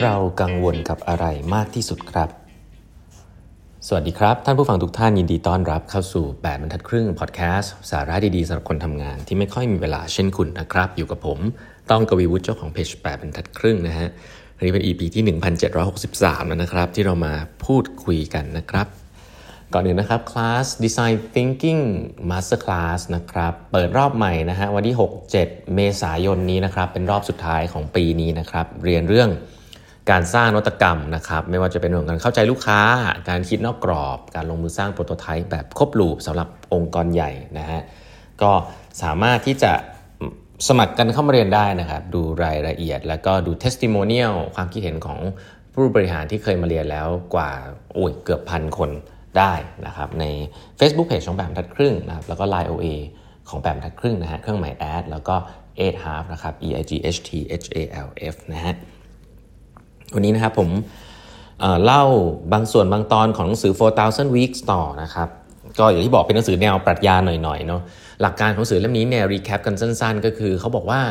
เรากังวลกับอะไรมากที่สุดครับสวัสดีครับท่านผู้ฟังทุกท่านยินดีต้อนรับเข้าสู่8บรรทัดครึ่งพอดแคสต์สาระดีๆสำหรับคนทำงานที่ไม่ค่อยมีเวลาเช่นคุณนะครับอยู่กับผมต้องกวีวุฒิเจ้าของเพจ8บรรทัดครึ่งนะฮะวันนี้เป็น EP ที่1763แล้วนะครับที่เรามาพูดคุยกันนะครับก่อนอื่นนะครับคลาส Design Thinking Master Class นะครับเปิดรอบใหม่นะฮะวันที่6-7 เมษายนนี้นะครับเป็นรอบสุดท้ายของปีนี้นะครับเรียนเรื่องการสร้างนวัตกรรมนะครับไม่ว่าจะเป็นเรื่องการเข้าใจลูกค้าการคิดนอกกรอบการลงมือสร้างโปรโตไทป์แบบครบลูปสำหรับองค์กรใหญ่นะฮะก็สามารถที่จะสมัครกันเข้ามาเรียนได้นะครับดูรายละเอียดแล้วก็ดู testimonial ความคิดเห็นของผู้บริหารที่เคยมาเรียนแล้วกว่าเกือบ1,000 คนได้นะครับใน Facebook Page ของ8บรรทัดครึ่งนะครับแล้วก็ Line OA ของ8บรรทัดครึ่งนะฮะเครื่องหมาย add แล้วก็ 8half นะครับ EIGHTHALF นะฮะวันนี้นะครับผมเล่าบางส่วนบางตอนของหนังสือ 4,000 Weeks ต่อนะครับก็อย่างที่บอกเป็นหนังสือแนวปรัชญาหน่อยๆเนาะหลักการของหนังสือเล่มนี้เนี่ยรีแคปกันสั้นๆก็คือเขาบอกว่า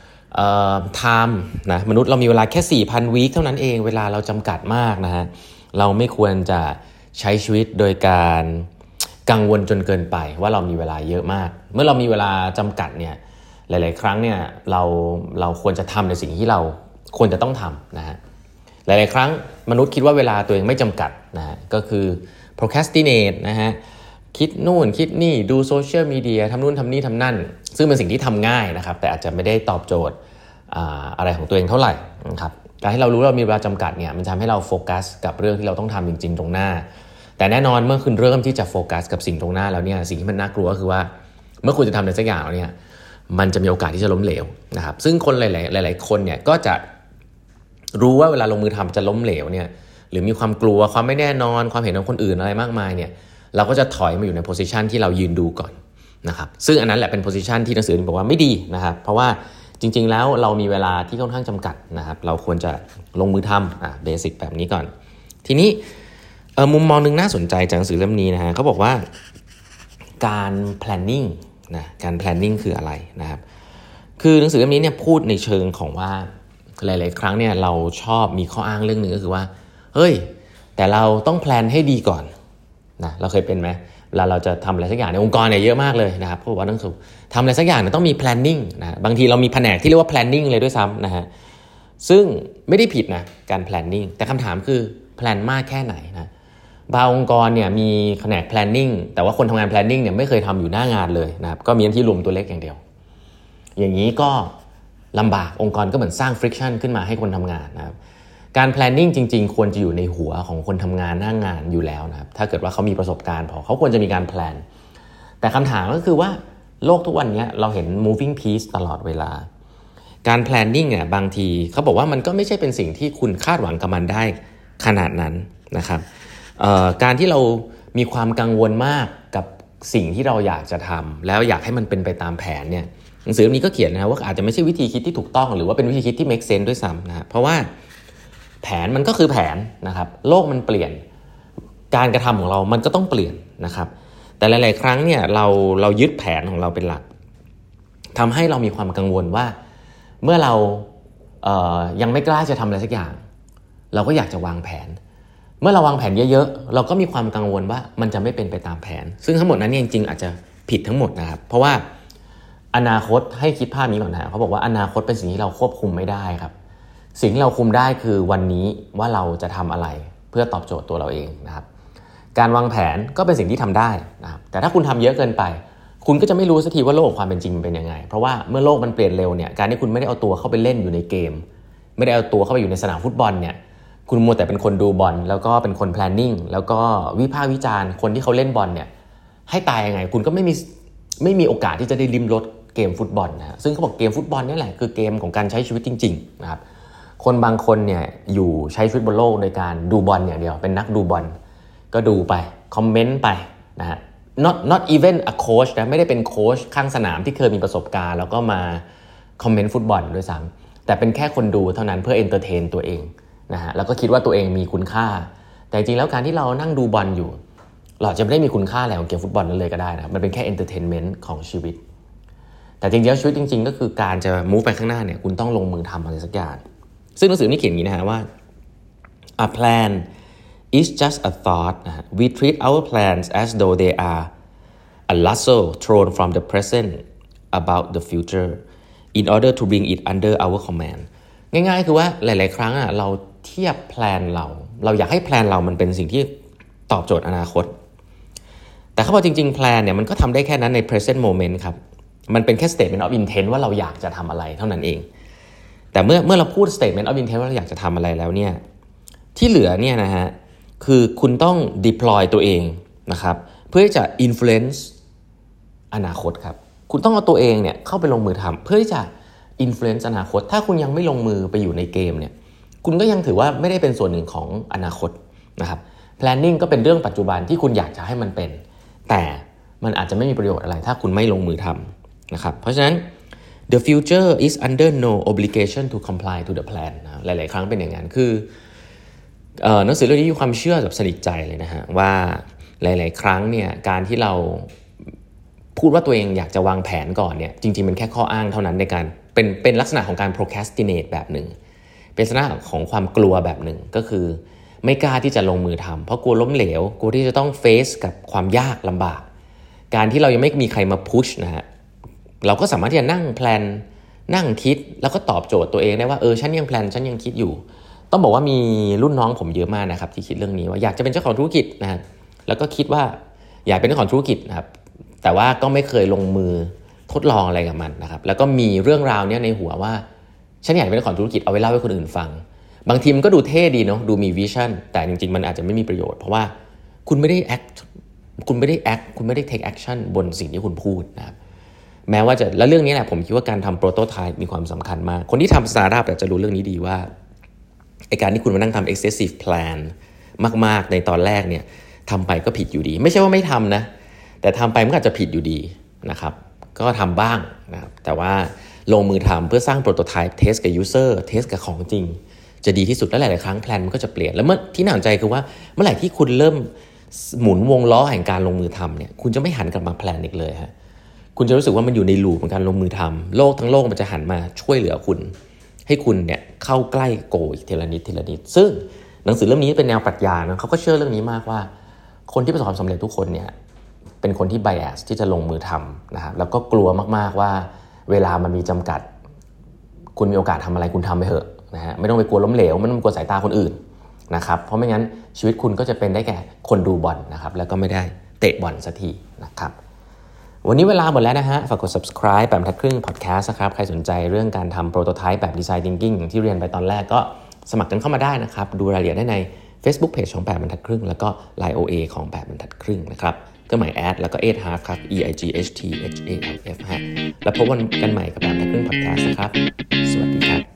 time นะมนุษย์เรามีเวลาแค่ 4,000 วีคเท่านั้นเองเวลาเราจำกัดมากนะฮะเราไม่ควรจะใช้ชีวิตโดยการกังวลจนเกินไปว่าเรามีเวลาเยอะมากเมื่อเรามีเวลาจำกัดเนี่ยหลายๆครั้งเนี่ยเราควรจะทำในสิ่งที่เราควรจะต้องทำนะฮะหลายๆครั้งมนุษย์คิดว่าเวลาตัวเองไม่จำกัดนะฮะก็คือ procrastinate นะฮะคิดนู่นคิดนี่ดูโซเชียลมีเดียทำนู่นทำนี่ทำนั่นซึ่งเป็นสิ่งที่ทำง่ายนะครับแต่อาจจะไม่ได้ตอบโจทย์อะไรของตัวเองเท่าไหร่นะครับการที่เรารู้เรามีเวลาจำกัดเนี่ยมันทำให้เราโฟกัสกับเรื่องที่เราต้องทำจริงๆตรงหน้าแต่แน่นอนเมื่อคุณเริ่มที่จะโฟกัสกับสิ่งตรงหน้าแล้วเนี่ยสิ่งที่มันน่ากลัวก็คือว่าเมื่อคุณจะทำอะไรสักอย่างแล้วเนี่ยมันจะมีโอกาสที่จะล้มเหลวนะครับซึ่งคนหลายๆคนเนี่ยก็จะรู้ว่าเวลาลงมือทำจะล้มเหลวเนี่ยหรือมีความกลัวความไม่แน่นอนความเห็นของคนอื่นอะไรมากมายเนี่ยเราก็จะถอยมาอยู่ในโพสิชันที่เรายืนดูก่อนนะครับซึ่งอันนั้นแหละเป็นโพสิชันที่หนังสือบอกว่าไม่ดีนะครับเพราะว่าจริงๆแล้วเรามีเวลาที่ค่อนข้างจำกัดนะครับเราควรจะลงมือทำเบสิกแบบนี้ก่อนทีนี้มุมมองนึงน่าสนใจจากหนังสือเล่มนี้นะฮะเขาบอกว่าการ planning นะการ planning คืออะไรนะครับคือหนังสือเล่มนี้เนี่ยพูดในเชิงของว่าหลายๆครั้งเนี่ยเราชอบมีข้ออ้างเรื่องนึงก็คือว่าเฮ้ยแต่เราต้องแพลนให้ดีก่อนนะเราเคยเป็นไหมเวลาเราจะทำอะไรสักอย่างในองค์กรเนี่ยเยอะมากเลยนะครับเขาบอกว่าต้องทำอะไรสักอย่างเนี่ยต้องมี planning นะบางทีเรามีแผนกที่เรียกว่า planning เลยด้วยซ้ำนะฮะซึ่งไม่ได้ผิดนะการ planning แต่คำถามคือ plan มากแค่ไหนนะบางองค์กรเนี่ยมีแผนก planning แต่ว่าคนทำงาน planning เนี่ยไม่เคยทำอยู่หน้างานเลยนะครับก็มีหน้าที่รวมตัวเลขอย่างเดียวอย่างนี้ก็ลำบากองค์กรก็เหมือนสร้าง friction ขึ้นมาให้คนทำงานนะครับการ planning จริงๆควรจะอยู่ในหัวของคนทำงานหน้างานอยู่แล้วนะครับถ้าเกิดว่าเขามีประสบการณ์พอเขาควรจะมีการ plan แต่คำถามก็คือว่าโลกทุกวันนี้เราเห็น moving piece ตลอดเวลาการ planning อ่ะบางทีเขาบอกว่ามันก็ไม่ใช่เป็นสิ่งที่คุณคาดหวังกับมันได้ขนาดนั้นนะครับการที่เรามีความกังวลมากกับสิ่งที่เราอยากจะทำแล้วอยากให้มันเป็นไปตามแผนเนี่ยหนังสือเล่มนี้ก็เขียนนะว่าอาจจะไม่ใช่วิธีคิดที่ถูกต้องหรือว่าเป็นวิธีคิดที่ make sense ด้วยซ้ำนะเพราะว่าแผนมันก็คือแผนนะครับโลกมันเปลี่ยนการกระทำของเรามันก็ต้องเปลี่ยนนะครับแต่หลายๆครั้งเนี่ยเรายึดแผนของเราเป็นหลักทำให้เรามีความกังวลว่าเมื่อเรายังไม่กล้าจะทำอะไรสักอย่างเราก็อยากจะวางแผนเมื่อเราวางแผนเยอะๆเราก็มีความกังวลว่ามันจะไม่เป็นไปตามแผนซึ่งทั้งหมดนั้นจริงๆอาจจะผิดทั้งหมดนะครับเพราะว่าอนาคตให้คิดภาพนี้ก่อนนะเขาบอกว่าอนาคตเป็นสิ่งที่เราควบคุมไม่ได้ครับสิ่งที่เราคุมได้คือวันนี้ว่าเราจะทำอะไรเพื่อตอบโจทย์ตัวเราเองนะครับการวางแผนก็เป็นสิ่งที่ทำได้นะครับแต่ถ้าคุณทำเยอะเกินไปคุณก็จะไม่รู้สักทีว่าโลกของความเป็นจริงเป็นยังไงเพราะว่าเมื่อโลกมันเปลี่ยนเร็วเนี่ยการที่คุณไม่ได้เอาตัวเข้าไปเล่นอยู่ในเกมไม่ได้เอาตัวเข้าไปอยู่ในสนามฟุตบอลเนี่ยคุณมัวแต่เป็นคนดูบอลแล้วก็เป็นคน planning แล้วก็วิพากษ์วิจารณ์คนที่เขาเล่นบอลเนี่ยให้ตายยังไงคุณก็ไม่มีโอกาสที่จะได้ลิ้มรสเกมฟุตบอลนะซึ่งเขาบอกเกมฟุตบอลนี่แหละคือเกมของการใช้ชีวิตจริงๆนะครับคนบางคนเนี่ยอยู่ใช้ชีวิตบนโลกโดยการดูบอลอย่างเดียวเป็นนักดูบอลก็ดูไปคอมเมนต์ไปนะฮะ not even a coach นะไม่ได้เป็นโค้ชข้างสนามที่เคยมีประสบการณ์แล้วก็มาคอมเมนต์ฟุตบอลด้วยซ้ำแต่เป็นแค่คนดูเท่านั้นเพื่อเอนเตอร์เทนตัวเองนะฮะแล้วก็คิดว่าตัวเองมีคุณค่าแต่จริงๆแล้วการที่เรานั่งดูบอลอยู่เราจะไม่ได้มีคุณค่าอะไรของเกมฟุตบอลนั้นเลยก็ได้นะมันเป็นแค่เอนเตอร์เทนเมนต์ของชีวิตแต่จริงๆแล้วชีวิตจริงๆก็คือการจะ move ไปข้างหน้าเนี่ยคุณต้องลงมือทำอะไรสักอย่างซึ่งหนังสือนี่เขียนอย่างนี้นะฮะว่า A plan is just a thought. We treat our plans as though they are a lasso thrown from the present about the future in order to bring it under our command. ง่ายๆคือว่าหลายๆครั้งเราเทียบแพลนเราอยากให้แพลนเรามันเป็นสิ่งที่ตอบโจทย์อนาคตแต่เขาบอกจริงๆแพลนเนี่ยมันก็ทำได้แค่นั้นใน present moment ครับมันเป็นแค่ statement of intent ว่าเราอยากจะทำอะไรเท่านั้นเองแต่เมื่อเราพูด statement of intent ว่าเราอยากจะทำอะไรแล้วเนี่ยที่เหลือเนี่ยนะฮะคือคุณต้อง deploy ตัวเองนะครับเพื่อที่จะ influence อนาคตครับคุณต้องเอาตัวเองเนี่ยเข้าไปลงมือทำเพื่อที่จะ influence อนาคตถ้าคุณยังไม่ลงมือไปอยู่ในเกมเนี่ยคุณก็ยังถือว่าไม่ได้เป็นส่วนหนึ่งของอนาคตนะครับ planning ก็เป็นเรื่องปัจจุบันที่คุณอยากจะให้มันเป็นแต่มันอาจจะไม่มีประโยชน์อะไรถ้าคุณไม่ลงมือทำนะครับเพราะฉะนั้น the future is under no obligation to comply to the plan นะหลายๆครั้งเป็นอย่างนั้นคือหนังสือเรื่องนี้มีความเชื่อแบบสนิทใจเลยนะฮะว่าหลายๆครั้งเนี่ยการที่เราพูดว่าตัวเองอยากจะวางแผนก่อนเนี่ยจริงๆมันแค่ข้ออ้างเท่านั้นในการเป็นลักษณะของการ procrastinate แบบหนึ่งเป็นลักษณะของความกลัวแบบหนึ่งก็คือไม่กล้าที่จะลงมือทำเพราะกลัวล้มเหลวกลัวที่จะต้องเฟซกับความยากลำบากการที่เรายังไม่มีใครมาพุชนะฮะเราก็สามารถที่จะนั่งแพลนนั่งคิดแล้วก็ตอบโจทย์ตัวเองได้ว่าฉันยังแพลนฉันยังคิดอยู่ต้องบอกว่ามีรุ่นน้องผมเยอะมากนะครับที่คิดเรื่องนี้ว่าอยากจะเป็นเจ้าของธุรกิจนะฮะแล้วก็คิดว่าอยากเป็นเจ้าของธุรกิจนะครับแต่ว่าก็ไม่เคยลงมือทดลองอะไรกับมันนะครับแล้วก็มีเรื่องราวนี้ในหัวว่าฉันอยากเป็นเจ้าของธุรกิจเอาไว้เล่าให้คนอื่นฟังบางทีมันก็ดูเท่ดีเนาะดูมีวิชั่นแต่จริงๆมันอาจจะไม่มีประโยชน์เพราะว่าคุณไม่ได้ คุณไม่ได้ take action บนสิ่งที่คุณพูดนะครับแม้ว่าจะแล้วเรื่องนี้แหละผมคิดว่าการทำโปรโตไทป์มีความสำคัญมากคนที่ทำสตาร์ทอัพจะรู้เรื่องนี้ดีว่าไอ้การที่คุณมานั่งทำ excessive plan มากๆในตอนแรกเนี่ยทำไปก็ผิดอยู่ดีไม่ใช่ว่าไม่ทำนะแต่ทำไปมันก็อาจจะผิดอยู่ดีนะครับก็ทำบ้างนะครับแต่ว่าลงมือทำเพื่อสร้างโปรโตไทป์เทสกับ user เทสกับของจริงจะดีที่สุดและหลายๆครั้งแพลนมันก็จะเปลี่ยนแล้วเมื่อที่น่าสนใจคือว่าเมื่อไหร่ที่คุณเริ่มหมุนวงล้อแห่งการลงมือทำเนี่ยคุณจะไม่หันกลับมาแพลนอีกเลยฮะคุณจะรู้สึกว่ามันอยู่ในลูปของการลงมือทำโลกทั้งโลกมันจะหันมาช่วยเหลือคุณให้คุณเนี่ยเข้าใกล้โกอีกทีละนิดซึ่งหนังสือเล่มนี้เป็นแนวปรัชญานะเขาก็เชื่อเรื่องนี้มากว่าคนที่ประสบความสำเร็จทุกคนเนี่ยเป็นคนที่ bias ที่จะลงมือทำนะครับแล้วก็กลัวมากๆว่าเวลามันมีจำกัดคุณมีโอกาสทำอะไรคุณทำไปเถอะนะฮะไม่ต้องไปกลัวล้มเหลวไม่ต้องไปกลัวสายตาคนอื่นนะครับเพราะไม่งั้นชีวิตคุณก็จะเป็นได้แค่คนดูบอลนะครับแล้วก็ไม่ได้เตะบอลสักทีนะครับวันนี้เวลาหมดแล้วนะฮะฝากกด subscribe 8 บรรทัดครึ่ง podcast นะครับใครสนใจเรื่องการทำโปรโตไทป์แบบ design thinking อย่างที่เรียนไปตอนแรกก็สมัครกันเข้ามาได้นะครับดูรายละเอียดได้ใน Facebook page ของ8 บรรทัดครึ่งแล้วก็ Line OA ของ8 บรรทัดครึ่งนะครับก็หมาย add แล้วก็ 8half ครับ EIGHTHALF ฮะแล้วพบกันใหม่กับ8 บรรทัดครึ่ง podcast นะครับสวัสดีครับ